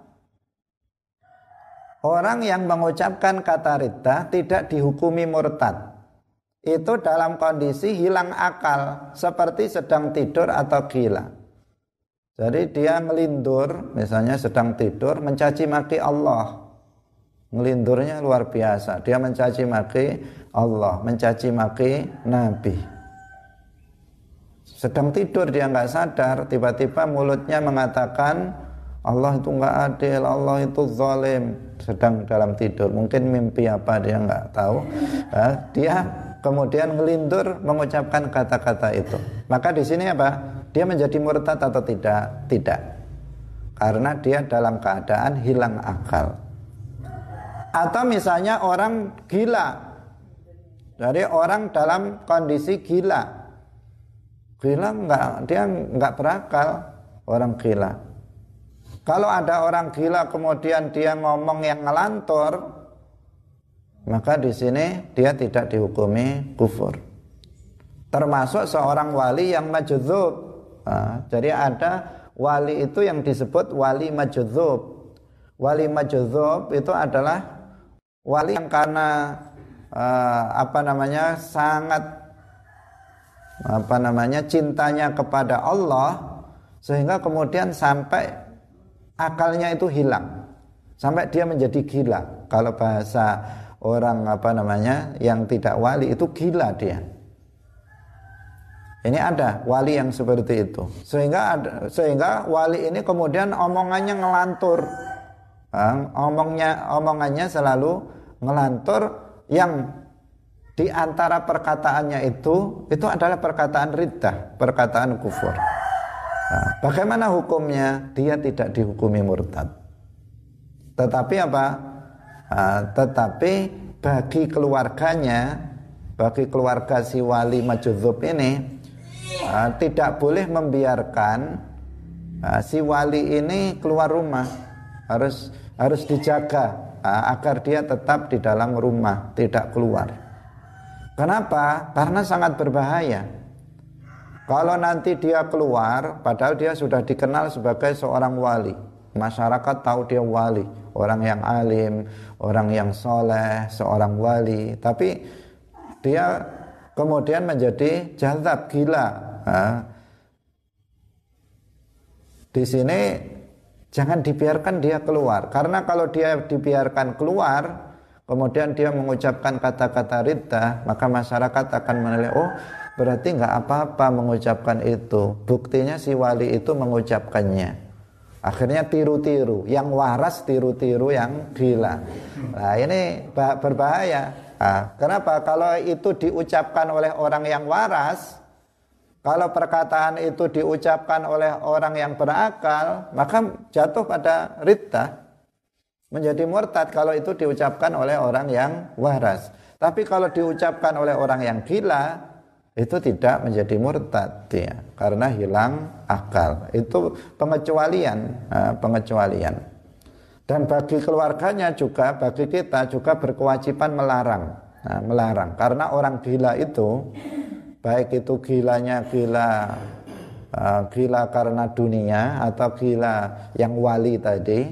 orang yang mengucapkan kata riddah tidak dihukumi murtad. Itu dalam kondisi hilang akal, seperti sedang tidur atau gila. Jadi dia ngelindur, misalnya sedang tidur, mencaci maki Allah. Ngelindurnya luar biasa. Dia mencaci maki Allah, mencaci maki Nabi. Sedang tidur dia nggak sadar, tiba-tiba mulutnya mengatakan Allah itu nggak adil, Allah itu zalim. Sedang dalam tidur, mungkin mimpi apa dia nggak tahu. Dia kemudian ngelindur mengucapkan kata-kata itu. Maka di sini apa? Dia menjadi murtad atau tidak? Tidak. Karena dia dalam keadaan hilang akal. Atau misalnya orang gila. Jadi orang dalam kondisi gila. Gila dia enggak berakal, orang gila. Kalau ada orang gila kemudian dia ngomong yang ngelantur, maka di sini dia tidak dihukumi kufur. Termasuk seorang wali yang majdzub. Jadi ada wali itu yang disebut wali majdzub. Wali majdzub itu adalah wali yang karena sangat cintanya kepada Allah, sehingga kemudian sampai akalnya itu hilang, sampai dia menjadi gila. Kalau bahasa orang yang tidak wali itu gila dia. Ini ada wali yang seperti itu, sehingga wali ini kemudian omongannya ngelantur, omongannya selalu ngelantur, yang di antara perkataannya itu adalah perkataan riddah, perkataan kufur. Nah, bagaimana hukumnya? Dia tidak dihukumi murtad. Tetapi apa? Tetapi bagi keluarganya, bagi keluarga si wali majdzub ini, tidak boleh membiarkan si wali ini keluar rumah. Harus dijaga agar dia tetap di dalam rumah, tidak keluar. Kenapa? Karena sangat berbahaya. Kalau nanti dia keluar, padahal dia sudah dikenal sebagai seorang wali, masyarakat tahu dia wali, orang yang alim, orang yang soleh, seorang wali, tapi dia kemudian menjadi jazab, gila. Di sini jangan dibiarkan dia keluar, karena kalau dia dibiarkan keluar, kemudian dia mengucapkan kata-kata riddah, maka masyarakat akan menilai, oh berarti nggak apa-apa mengucapkan itu. Buktinya si wali itu mengucapkannya. Akhirnya tiru-tiru, yang waras tiru-tiru yang gila. Nah ini berbahaya. Kenapa? Kalau itu diucapkan oleh orang yang waras, kalau perkataan itu diucapkan oleh orang yang berakal, maka jatuh pada riddah, menjadi murtad kalau itu diucapkan oleh orang yang waras. Tapi kalau diucapkan oleh orang yang gila, itu tidak menjadi murtad dia, karena hilang akal. Itu pengecualian. Dan bagi keluarganya juga, bagi kita juga berkewajiban melarang. Melarang, karena orang gila itu, baik itu gilanya gila karena dunia atau gila yang wali tadi,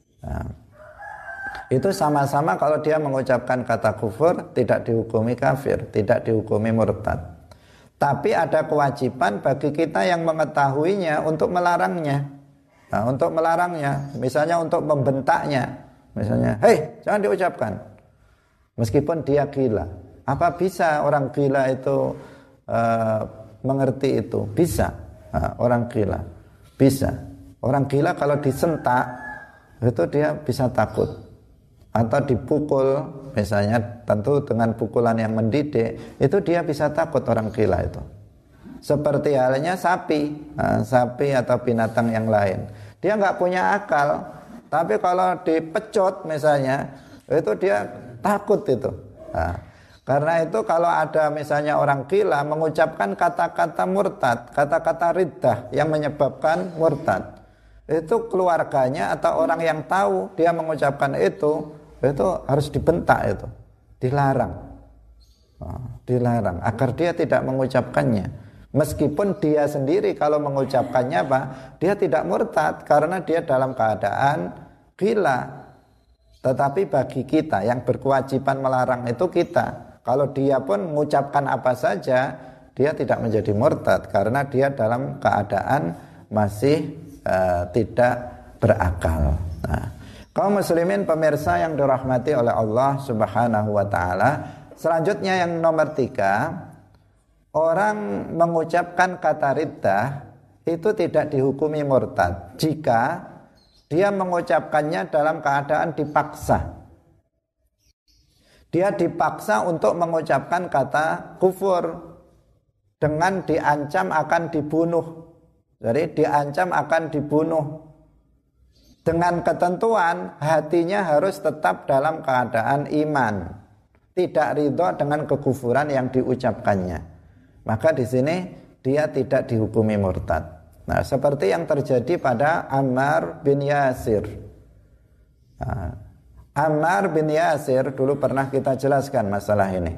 itu sama-sama kalau dia mengucapkan kata kufur tidak dihukumi kafir, tidak dihukumi murtad. Tapi ada kewajiban bagi kita yang mengetahuinya untuk melarangnya. Untuk melarangnya, misalnya untuk membentaknya, misalnya, hei jangan diucapkan, meskipun dia gila. Apa bisa orang gila itu mengerti itu? Bisa. Orang gila bisa. Orang gila kalau disentak itu dia bisa takut, atau dipukul misalnya, tentu dengan pukulan yang mendidik, itu dia bisa takut orang gila itu. seperti halnya sapi, sapi atau binatang yang lain. Dia nggak punya akal, tapi kalau dipecut misalnya, itu dia takut itu. Karena itu kalau ada misalnya orang gila mengucapkan kata-kata murtad, kata-kata riddah yang menyebabkan murtad, itu keluarganya atau orang yang tahu dia mengucapkan itu harus dibentak, itu dilarang, dilarang agar dia tidak mengucapkannya. Meskipun dia sendiri kalau mengucapkannya dia tidak murtad karena dia dalam keadaan gila. Tetapi bagi kita yang berkewajiban melarang itu kita. Kalau dia pun mengucapkan apa saja, dia tidak menjadi murtad karena dia dalam keadaan masih tidak berakal. Nah, kaum muslimin pemirsa yang dirahmati oleh Allah Subhanahu wa taala, selanjutnya yang nomor 3, orang mengucapkan kata riddah itu tidak dihukumi murtad jika dia mengucapkannya dalam keadaan dipaksa. Dia dipaksa untuk mengucapkan kata kufur dengan diancam akan dibunuh. Jadi diancam akan dibunuh. Dengan ketentuan hatinya harus tetap dalam keadaan iman, tidak ridho dengan kekufuran yang diucapkannya. Maka di sini dia tidak dihukumi murtad. Nah, seperti yang terjadi pada Ammar bin Yasir. Ammar bin Yasir dulu pernah kita jelaskan masalah ini.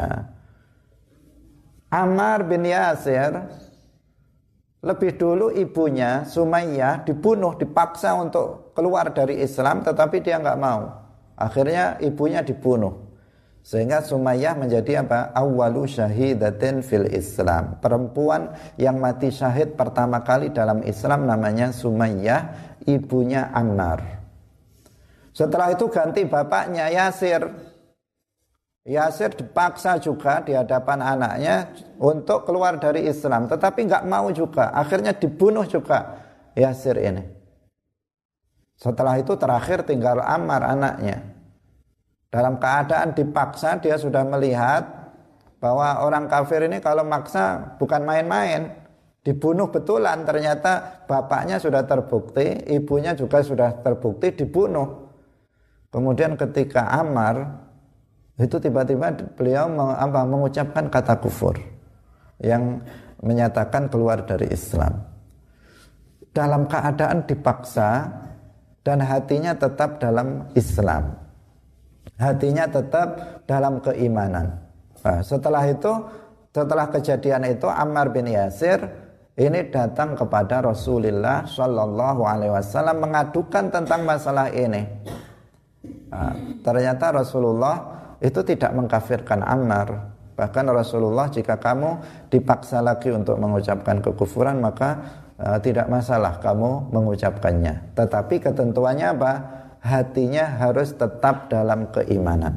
Ammar bin Yasir lebih dulu ibunya Sumayyah dibunuh, dipaksa untuk keluar dari Islam, tetapi dia nggak mau. Akhirnya ibunya dibunuh. Sehingga Sumayyah menjadi awwalu syahidatin fil Islam. Perempuan yang mati syahid pertama kali dalam Islam namanya Sumayyah, ibunya Ammar. Setelah itu ganti bapaknya Yasir. Yasir dipaksa juga di hadapan anaknya untuk keluar dari Islam, tetapi nggak mau juga. Akhirnya dibunuh juga Yasir ini. Setelah itu terakhir tinggal Ammar anaknya. Dalam keadaan dipaksa, dia sudah melihat bahwa orang kafir ini kalau maksa bukan main-main. Dibunuh betulan, ternyata bapaknya sudah terbukti, ibunya juga sudah terbukti dibunuh. Kemudian ketika Ammar itu tiba-tiba beliau mengucapkan kata kufur yang menyatakan keluar dari Islam. Dalam keadaan dipaksa dan hatinya tetap dalam Islam. Hatinya tetap dalam keimanan. Nah, setelah kejadian itu Ammar bin Yasir ini datang kepada Rasulullah Shallallahu Alaihi Wasallam mengadukan tentang masalah ini. Nah, ternyata Rasulullah itu tidak mengkafirkan Ammar. Bahkan Rasulullah, jika kamu dipaksa lagi untuk mengucapkan kekufuran, maka tidak masalah kamu mengucapkannya. Tetapi ketentuannya apa? Hatinya harus tetap dalam keimanan.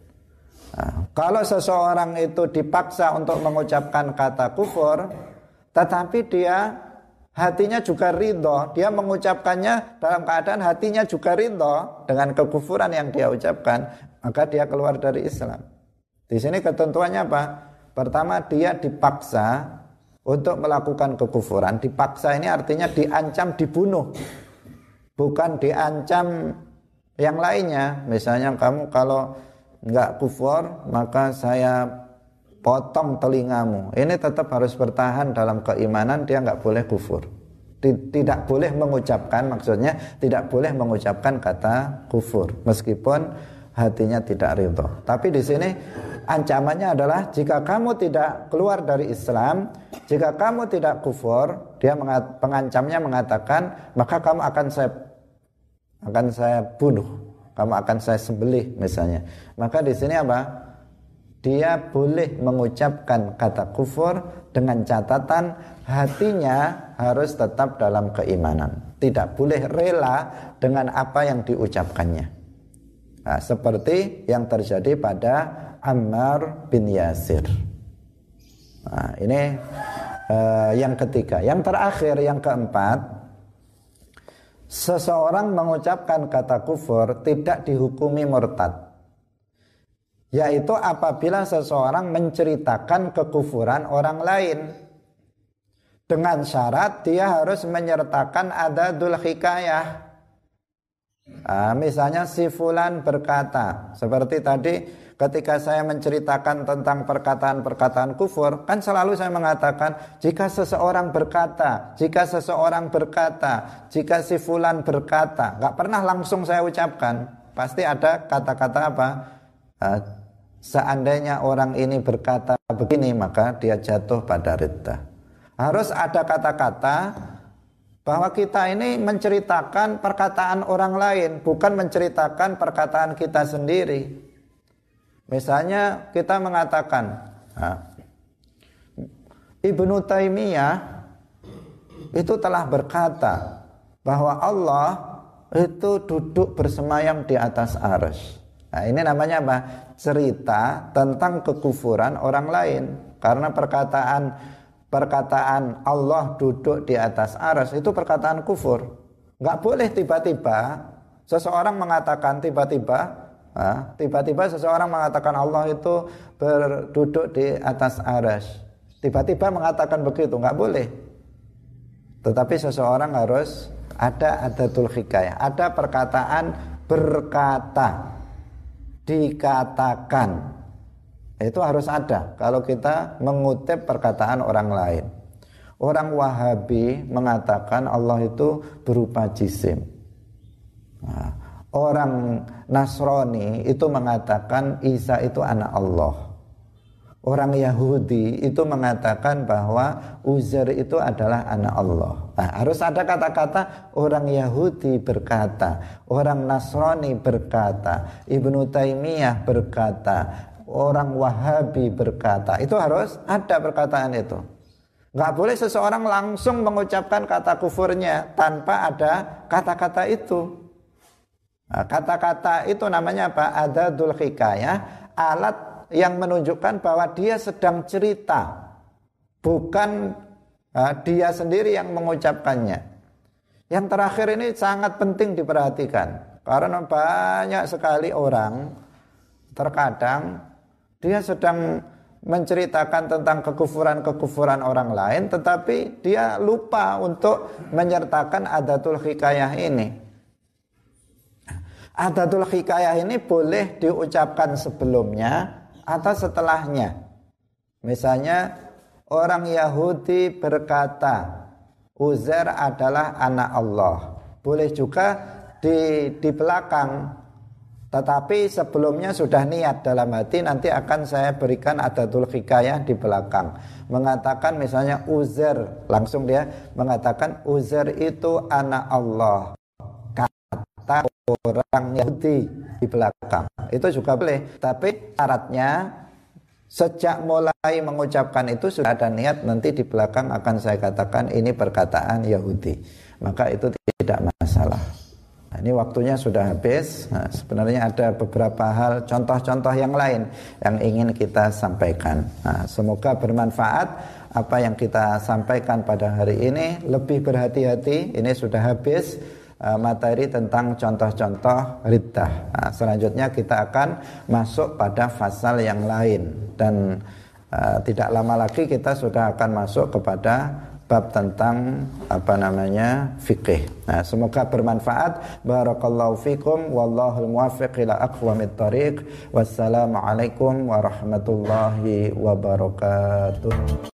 Nah, kalau seseorang itu dipaksa untuk mengucapkan kata kufur, tetapi dia hatinya juga ridho, dia mengucapkannya dalam keadaan hatinya juga ridho dengan kekufuran yang dia ucapkan, maka dia keluar dari Islam. Di sini ketentuannya apa? Pertama, dia dipaksa untuk melakukan kekufuran. Dipaksa ini artinya diancam dibunuh, bukan diancam yang lainnya. Misalnya kamu kalau enggak kufur, maka saya potong telingamu. Ini tetap harus bertahan dalam keimanan, dia enggak boleh kufur. Tidak boleh mengucapkan, maksudnya tidak boleh mengucapkan kata kufur meskipun hatinya tidak ridho. Tapi di sini ancamannya adalah jika kamu tidak keluar dari Islam, jika kamu tidak kufur, dia pengancamnya mengatakan, maka kamu akan saya bunuh, kamu akan saya sembelih misalnya. Maka di sini apa? Dia boleh mengucapkan kata kufur dengan catatan hatinya harus tetap dalam keimanan. Tidak boleh rela dengan apa yang diucapkannya. Nah, seperti yang terjadi pada Ammar bin Yasir. Nah, ini yang ketiga. Yang terakhir, yang keempat, seseorang mengucapkan kata kufur tidak dihukumi murtad, yaitu apabila seseorang menceritakan kekufuran orang lain. dengan syarat dia harus menyertakan adadul hikayah. Misalnya si fulan berkata, seperti tadi ketika saya menceritakan tentang perkataan-perkataan kufur, kan selalu saya mengatakan jika seseorang berkata, jika si fulan berkata, nggak pernah langsung saya ucapkan, pasti ada kata-kata apa? Seandainya orang ini berkata begini, maka dia jatuh pada riddah. Harus ada kata-kata bahwa kita ini menceritakan perkataan orang lain, bukan menceritakan perkataan kita sendiri. Misalnya kita mengatakan, Ibnu Taimiyah itu telah berkata bahwa Allah itu duduk bersemayam di atas arsy. Nah, ini namanya apa? Cerita tentang kekufuran orang lain. Karena perkataan Allah duduk di atas arsy itu perkataan kufur. Nggak boleh tiba-tiba seseorang mengatakan tiba-tiba seseorang mengatakan Allah itu berduduk di atas arsy. Tiba-tiba mengatakan begitu, nggak boleh. Tetapi seseorang harus ada adatul hikayah, ada perkataan berkata, dikatakan. Itu harus ada kalau kita mengutip perkataan orang lain. Orang Wahabi mengatakan Allah itu berupa jisim. Orang Nasrani itu mengatakan Isa itu anak Allah. Orang Yahudi itu mengatakan bahwa Uzair itu adalah anak Allah. Nah, harus ada kata-kata orang Yahudi berkata, orang Nasrani berkata, Ibnu Taimiyah berkata, orang Wahabi berkata. Itu harus ada perkataan itu. Nggak boleh seseorang langsung mengucapkan kata kufurnya tanpa ada kata-kata itu. Nah, kata-kata itu namanya apa? Adadul hikayah, alat yang menunjukkan bahwa dia sedang cerita, bukan dia sendiri yang mengucapkannya. Yang terakhir ini sangat penting diperhatikan, karena banyak sekali orang terkadang dia sedang menceritakan tentang kekufuran-kekufuran orang lain, tetapi dia lupa untuk menyertakan adatul hikayah ini. Adatul hikayah ini boleh diucapkan sebelumnya atau setelahnya. Misalnya orang Yahudi berkata Uzair adalah anak Allah. Boleh juga di belakang. Tetapi sebelumnya sudah niat dalam hati, nanti akan saya berikan adatul hikayah di belakang. Mengatakan misalnya Uzair, langsung dia mengatakan Uzair itu anak Allah. Kata orang Yahudi di belakang. Itu juga boleh, tapi syaratnya sejak mulai mengucapkan itu sudah ada niat, nanti di belakang akan saya katakan ini perkataan Yahudi, maka itu tidak masalah. Nah, ini waktunya sudah habis. Nah, sebenarnya ada beberapa hal, contoh-contoh yang lain yang ingin kita sampaikan. Nah, semoga bermanfaat apa yang kita sampaikan pada hari ini. Lebih berhati-hati, ini sudah habis materi tentang contoh-contoh riddah. Nah, selanjutnya kita akan masuk pada fasal yang lain, dan tidak lama lagi kita sudah akan masuk kepada bab tentang fikih. Nah, semoga bermanfaat. Barakallahu fikum wallahul muwaffiq ila aqwamit thoriq. Wassalamualaikum warahmatullahi wabarakatuh.